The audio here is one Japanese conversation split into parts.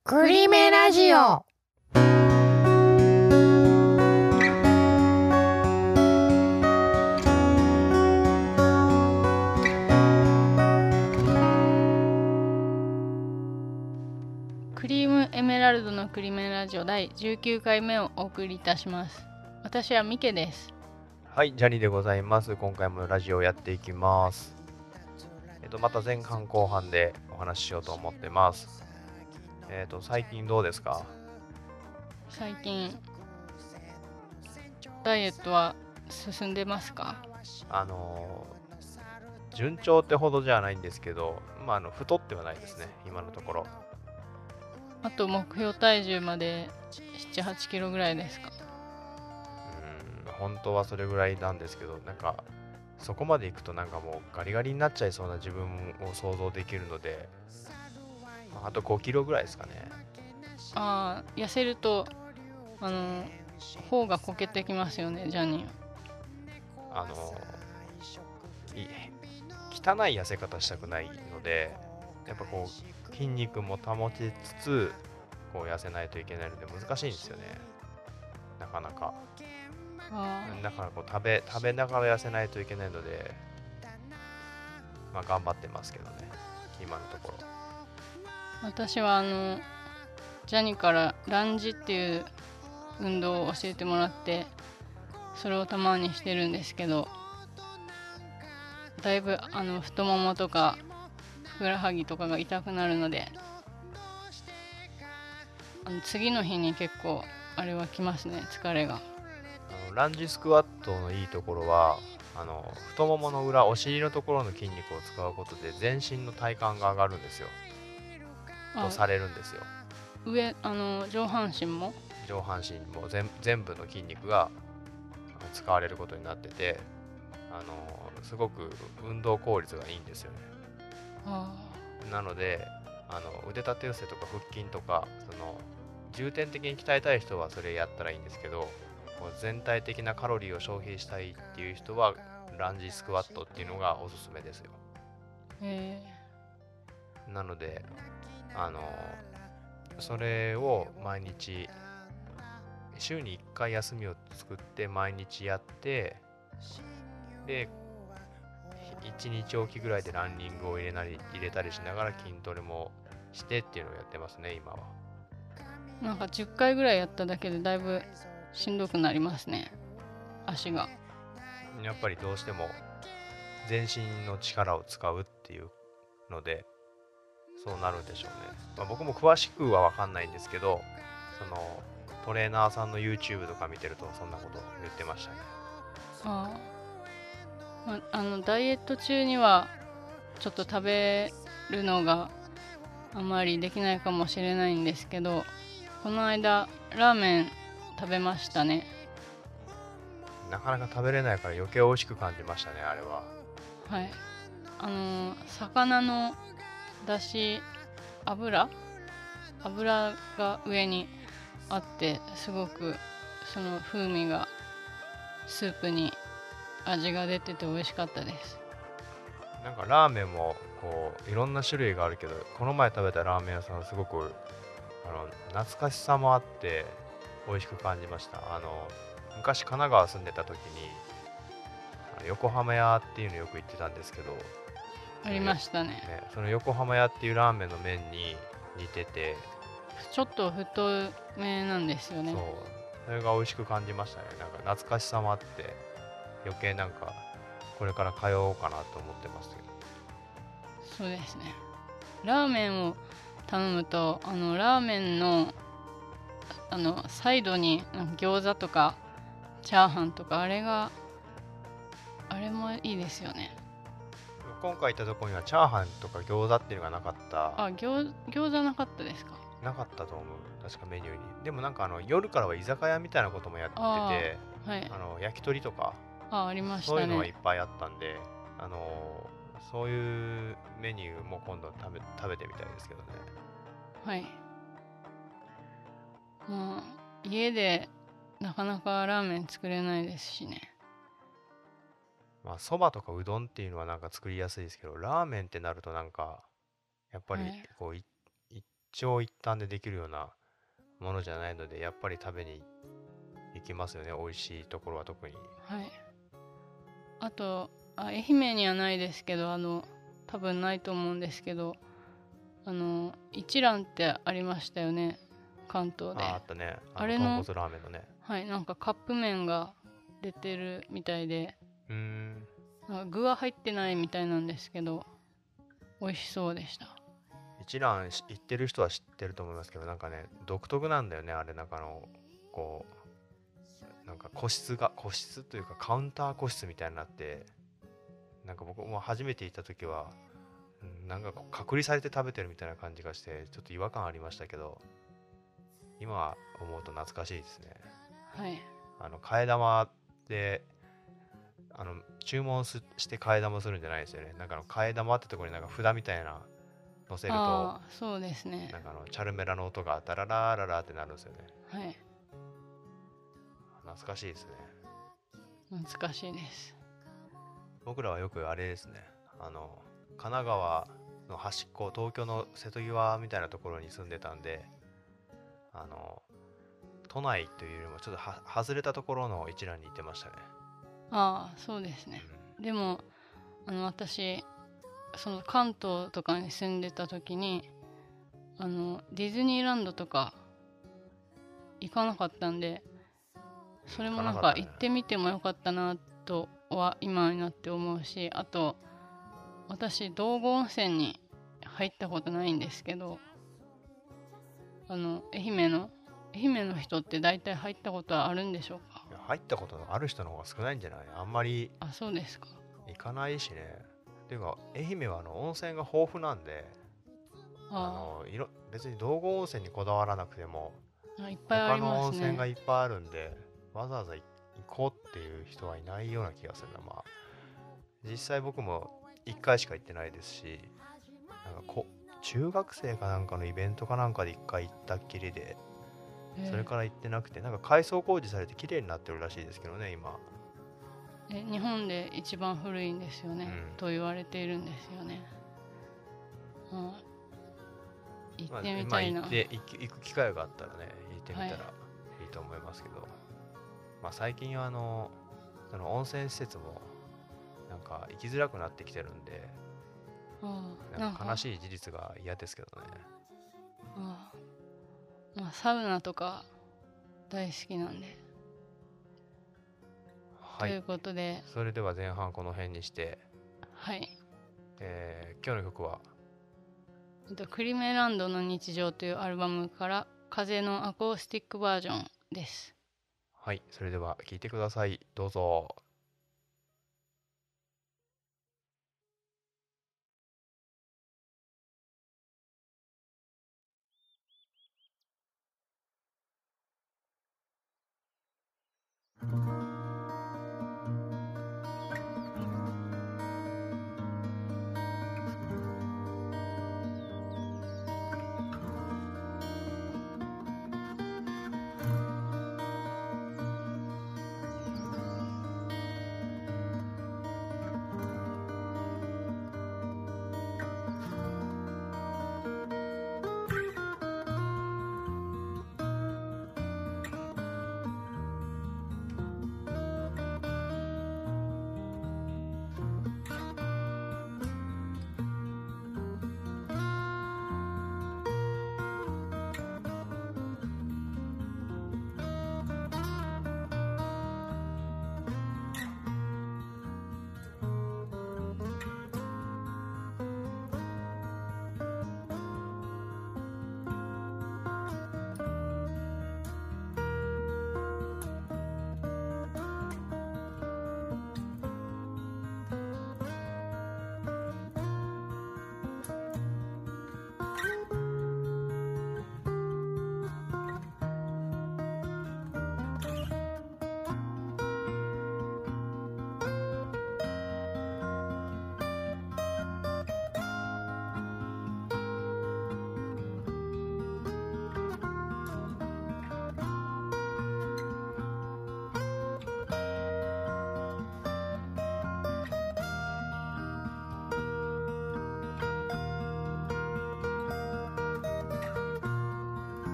クリメラジオ。 クリームエメラルドのクリメラジオ第19回目をお送りいたします。私はミケです。 はい、ジャニーでございます。今回もラジオをやっていきます。また前半後半でお話ししようと思ってます。最近どうですか？ 最近ダイエットは進んでますか？ 順調ってほどじゃないんですけど、太ってはないですね、今のところ。 あと目標体重まで7、8キロぐらいですか？ 本当はそれぐらいなんですけど、そこまでいくともうガリガリになっちゃいそうな自分を想像できるので、あと5キロぐらいですかね。 痩せると頬がこけてきますよね、ジャニーは。 あの汚い痩せ方したくないので、やっぱこう筋肉も保ちつつこう痩せないといけないので難しいんですよね、なかなか。だからこう食べながら痩せないといけないので、頑張ってますけどね、今のところ。 私はジャニーからランジっていう運動を教えてもらって、それをたまにしてるんですけど、だいぶ太ももとかふくらはぎとかが痛くなるので、次の日に結構あれはきますね、疲れが。 ランジスクワットのいいところは、太ももの裏、お尻のところの筋肉を使うことで全身の体幹が上がるんですよ、とされるんですよ。 上半身も上半身も全部の筋肉が使われることになってて、すごく運動効率がいいんですよね。なので腕立て伏せとか腹筋とか、重点的に鍛えたい人はそれやったらいいんですけど、もう全体的なカロリーを消費したいっていう人はランジスクワットっていうのがおすすめですよ。なのでそれを毎日週に1回休みを作って毎日やって、で1日おきぐらいでランニングを入れたりしながら筋トレもしてっていうのをやってますね、今は。 10回ぐらいやっただけでだいぶしんどくなりますね、足が。 やっぱりどうしても全身の力を使うっていうのでそうなるんでしょうね。僕も詳しくは分かんないんですけど、トレーナーさんの YouTube とか見てるとそんなこと言ってましたね。 ダイエット中にはちょっと食べるのがあまりできないかもしれないんですけど、この間ラーメン食べましたね。 なかなか食べれないから余計美味しく感じましたね、あれは。 はい。魚のだし油が上にあって、すごくその風味がスープに味が出てて美味しかったです。 ラーメンもこういろんな種類があるけど、この前食べたラーメン屋さんすごく懐かしさもあって美味しく感じました。昔神奈川住んでた時に横浜屋っていうのよく行ってたんですけど、 ありましたね。 その横浜屋っていうラーメンの麺に似てて、 ちょっと太めなんですよね。 それが美味しく感じましたね。懐かしさもあって余計これから通おうかなと思ってますけど。 そうですね。ラーメンを頼むとラーメンのサイドに餃子とかチャーハンとか、あれもいいですよね。 今回行ったところにはチャーハンとか餃子っていうのがなかった。 餃子なかったですか？ なかったと思う、確かメニューに。でも夜からは居酒屋みたいなこともやってて、 はい、 焼き鳥とかありましたね。 そういうのがいっぱいあったんで、そういうメニューも今度食べてみたいですけどね。 はい。家でなかなかラーメン作れないですしね。 そばとかうどんっていうのは作りやすいですけど、ラーメンってなるとやっぱりこう、 長一短でできるようなものじゃないので、やっぱり食べに行きますよね、美味しいところは特に。 はい。あと愛媛にはないですけど、多分ないと思うんですけど、一蘭ってありましたよね、関東で。 あったね、 あれの豚骨ラーメンのね。 はい、なんかカップ麺が出てるみたいで、 なんなんか具は入ってないみたいなんですけど、美味しそうでした。 一蘭行ってる人は知ってると思いますけど、なんかね独特なんだよね、あれ。なんかこうなんか個室というかカウンター個室みたいになって、なんか僕も初めて行った時は、なんかこう隔離されて食べてるみたいな感じがして、ちょっと違和感ありましたけど、今思うと懐かしいですね。 はい。 替え玉で注文して替え玉するんじゃないですよね。なんか替え玉ってところになんか札みたいな乗せると、 そうですね。 なんかチャルメラの音がダララララってなるんですよね。 はい。 懐かしいですね。 懐かしいです。 僕らはよくあれですね、神奈川の端っこ、東京の瀬戸際みたいなところに住んでたんで、都内というよりもちょっと外れたところの一覧に行ってましたね。 そうですね。でも私その関東とかに住んでた時にディズニーランドとか行かなかったんで、それもなんか行ってみてもよかったなとは今になって思うし、あと私道後温泉に入ったことないんですけど、愛媛の人って大体入ったことはあるんでしょうか？ いや、入ったことのある人の方が少ないんじゃない？あんまりそうですか。 行かないしね。っていうか愛媛は温泉が豊富なんで、別に道後温泉にこだわらなくてもいっぱいありますね。 他の温泉がいっぱいあるんで、わざわざ行こうっていう人はいないような気がするな。まあ実際僕も1回しか行ってないですし、なんか中学生かなんかのイベントかなんかで1回行ったっきりで、それから行ってなくて、なんか改装工事されて綺麗になってるらしいですけどね、今。 日本で一番古いんですよね、と言われているんですよね。行ってみたいな。 行く機会があったらね、行ってみたらいいと思いますけど、最近はその温泉施設もなんか行きづらくなってきてるんで、なんか悲しい事実が嫌ですけどね。 サウナとか大好きなんで。ということで、 それでは前半この辺にして、 はい。 今日の曲はクリメランドの日常というアルバムから風のアコースティックバージョンです。 はい、それでは聴いてください。どうぞ。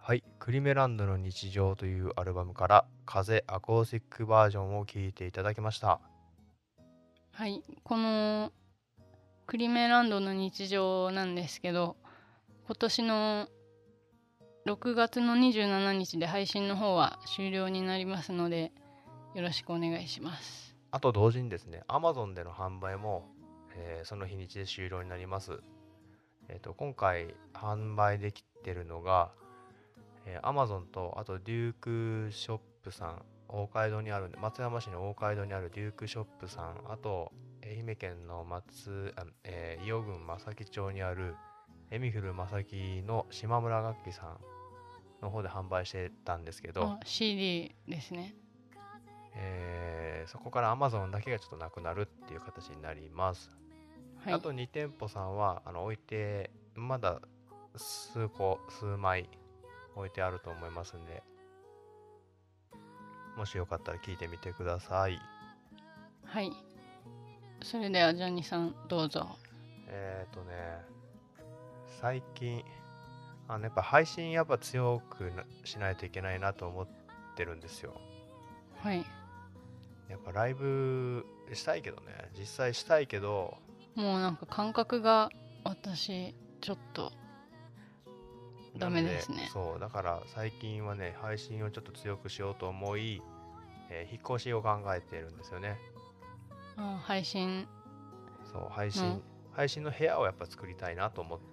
はい、クリメランドの日常というアルバムから風アコースティックバージョンを聴いていただきました。 はい、このクリメランドの日常なんですけど、今年の6月の27日で配信の方は終了になりますので、よろしくお願いします。 あと同時にですね、Amazon での販売も、その日にちで終了になります。今回販売できてるのが、Amazon と、あとデュークショップさん、大街道にある、松山市の大街道にあるデュークショップさん、あと愛媛県の伊予郡正木町にあるエミフル正木の島村楽器さんの方で販売してたんですけど、 CD ですね。 そこから Amazon だけがちょっとなくなるっていう形になります。はい、あと2店舗さんは置いて、まだ数枚置いてあると思いますんで、もしよかったら聞いてみてください。 はい、それではジャニーさんどうぞ。 最近やっぱ配信やっぱ強くしないといけないなと思ってるんですよ。 はい。 やっぱライブしたいけどね、実際したいけど、 もうなんか感覚が私ちょっとダメですね。 そうだから最近はね、配信をちょっと強くしようと思い、引っ越しを考えてるんですよね。 配信の部屋をやっぱ作りたいなと思って。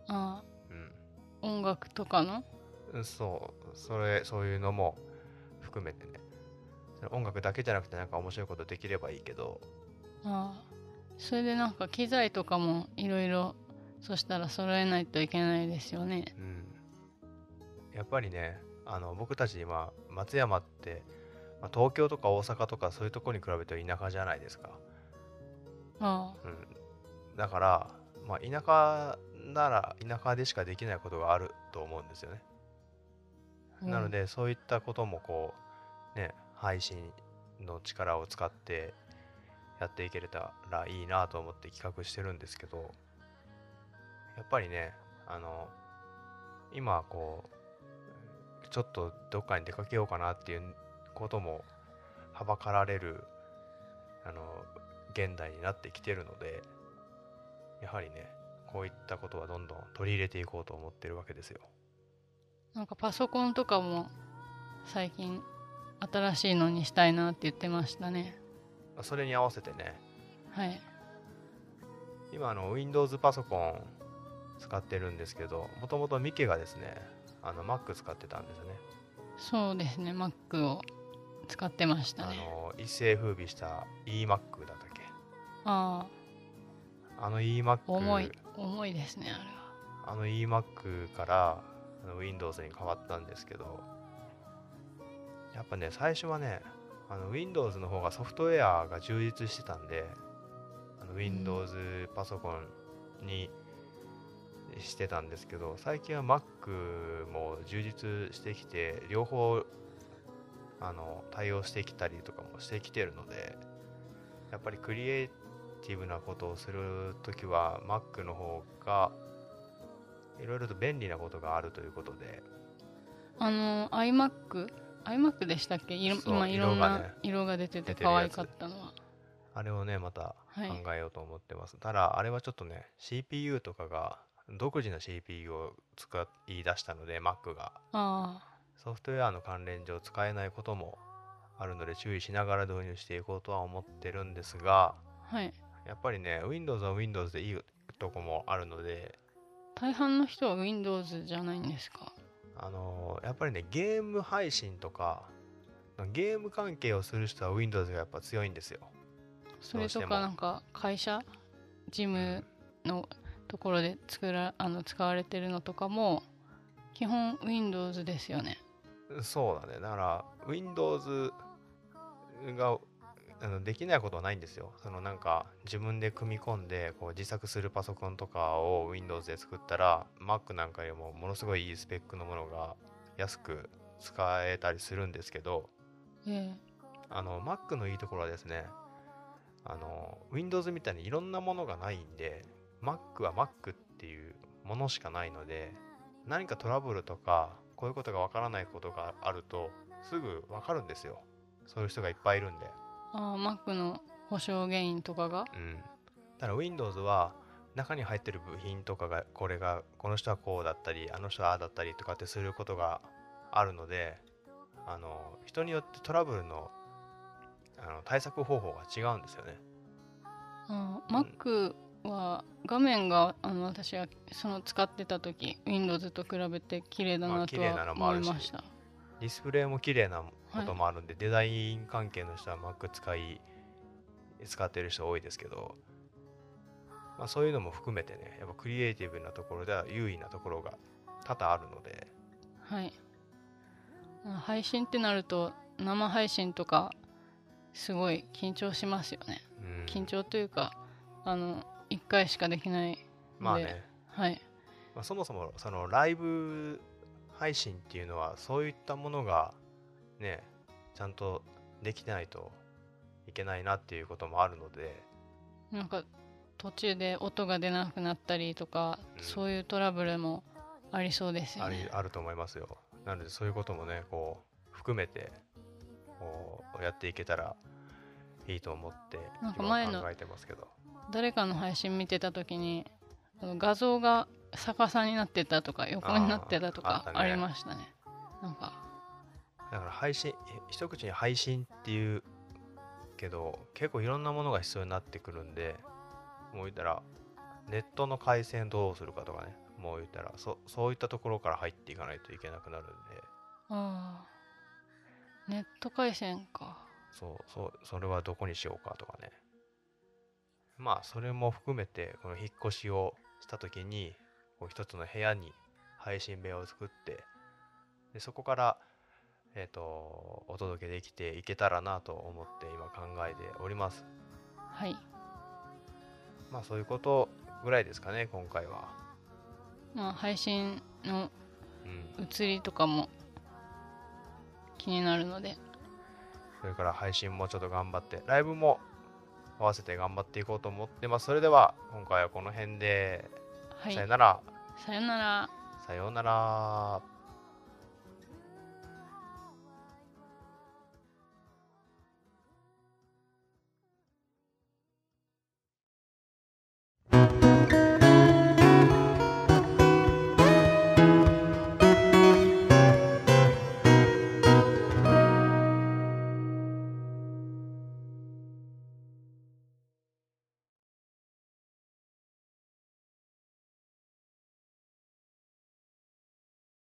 音楽とかの、 そういうのも含めてね、音楽だけじゃなくてなんか面白いことできればいいけど、 それでなんか機材とかもいろいろそしたら揃えないといけないですよね。 やっぱりね、僕たち今松山って、東京とか大阪とかそういうところに比べて田舎じゃないですか。だから、田舎なら田舎でしかできないことがあると思うんですよね。なのでそういったこともこうね、配信の力を使ってやっていけれたらいいなと思って企画してるんですけど、やっぱりね、今こうちょっとどっかに出かけようかなっていうこともはばかられる現代になってきてるので、やはりね、こういったことはどんどん取り入れていこうと思ってるわけですよ。 なんかパソコンとかも最近新しいのにしたいなって言ってましたね。 それに合わせてね、 はい、 今Windows パソコン使ってるんですけど、もともとミケがですね、Mac 使ってたんですよね。 そうですね、 Mac を使ってましたね。 一世風靡した eMac だったっけ。eMac 重いですね、あれは。 eMac からWindows に変わったんですけど、やっぱね、最初はね、Windows の方がソフトウェアが充実してたんで、Windows パソコンにしてたんですけど、最近は Mac も充実してきて、両方対応してきたりとかもしてきてるので、やっぱりクリエイティブなことをするときは Mac の方がいろいろと便利なことがあるということで、 iMac でしたっけ、今いろんな色が出てて可愛かったのは、 あれをねまた考えようと思ってます。ただあれはちょっとね CPU とかが独自の CPU を使い出したので Mac がソフトウェアの関連上使えないこともあるので注意しながら導入していこうとは思ってるんですが、やっぱりね Windows は Windows でいいとこもあるので。 大半の人は Windows じゃないんですか。 やっぱりね、ゲーム配信とかゲーム関係をする人は Windows がやっぱ強いんですよ。 それとかなんか会社事務のところで使われてるのとかも基本 Windows ですよね。 そうだね。だから Windows ができないことはないんですよ。なんか自分で組み込んでこう自作するパソコンとかを Windows で作ったら Mac なんかよりもものすごいいいスペックのものが安く使えたりするんですけど、Mac のいいところはですね、Windows みたいにいろんなものがないんで、 Mac は Mac っていうものしかないので、何かトラブルとかこういうことがわからないことがあるとすぐわかるんですよ。そういう人がいっぱいいるんで。 Mac の故障原因とかが。 だから Windows は中に入ってる部品とかがこの人はこうだったりあの人はああだったりとかってすることがあるので、人によってトラブルの対策方法が違うんですよね。 Mac は画面が私はその使ってた時 Windows と比べて綺麗だなとは思いました。 ディスプレイも綺麗なこともあるんで、デザイン関係の人は Mac 使ってる人多いですけど、そういうのも含めてね、やっぱクリエイティブなところでは優位なところが多々あるので。 はい。配信ってなると生配信とかすごい緊張しますよね。緊張というか1回しかできないので、はい。 そもそもそのライブ配信っていうのはそういったものがねちゃんとできてないといけないなっていうこともあるので、 なんか途中で音が出なくなったりとか、そういうトラブルもありそうですよね。 あると思いますよ。なのでそういうこともねこう含めてこうやっていけたらいいと思って今考えてますけど、 誰かの配信見てた時に画像が逆さになってたとか横になってたとかありましたね。なんかだから配信一口に配信っていうけど結構いろんなものが必要になってくるんで、もう言ったらネットの回線どうするかとかね、もう言ったらそういったところから入っていかないといけなくなるんで。 ネット回線か。 それはどこにしようかとかね。それも含めてこの引っ越しをした時にこう一つの部屋に配信部屋を作って、でそこからお届けできていけたらなと思って今考えております。 はい。 そういうことぐらいですかね今回は。 配信の映りとかも気になるので、 それから配信もちょっと頑張ってライブも合わせて頑張っていこうと思ってます。それでは今回はこの辺で、さよなら。 さよなら。 さよなら。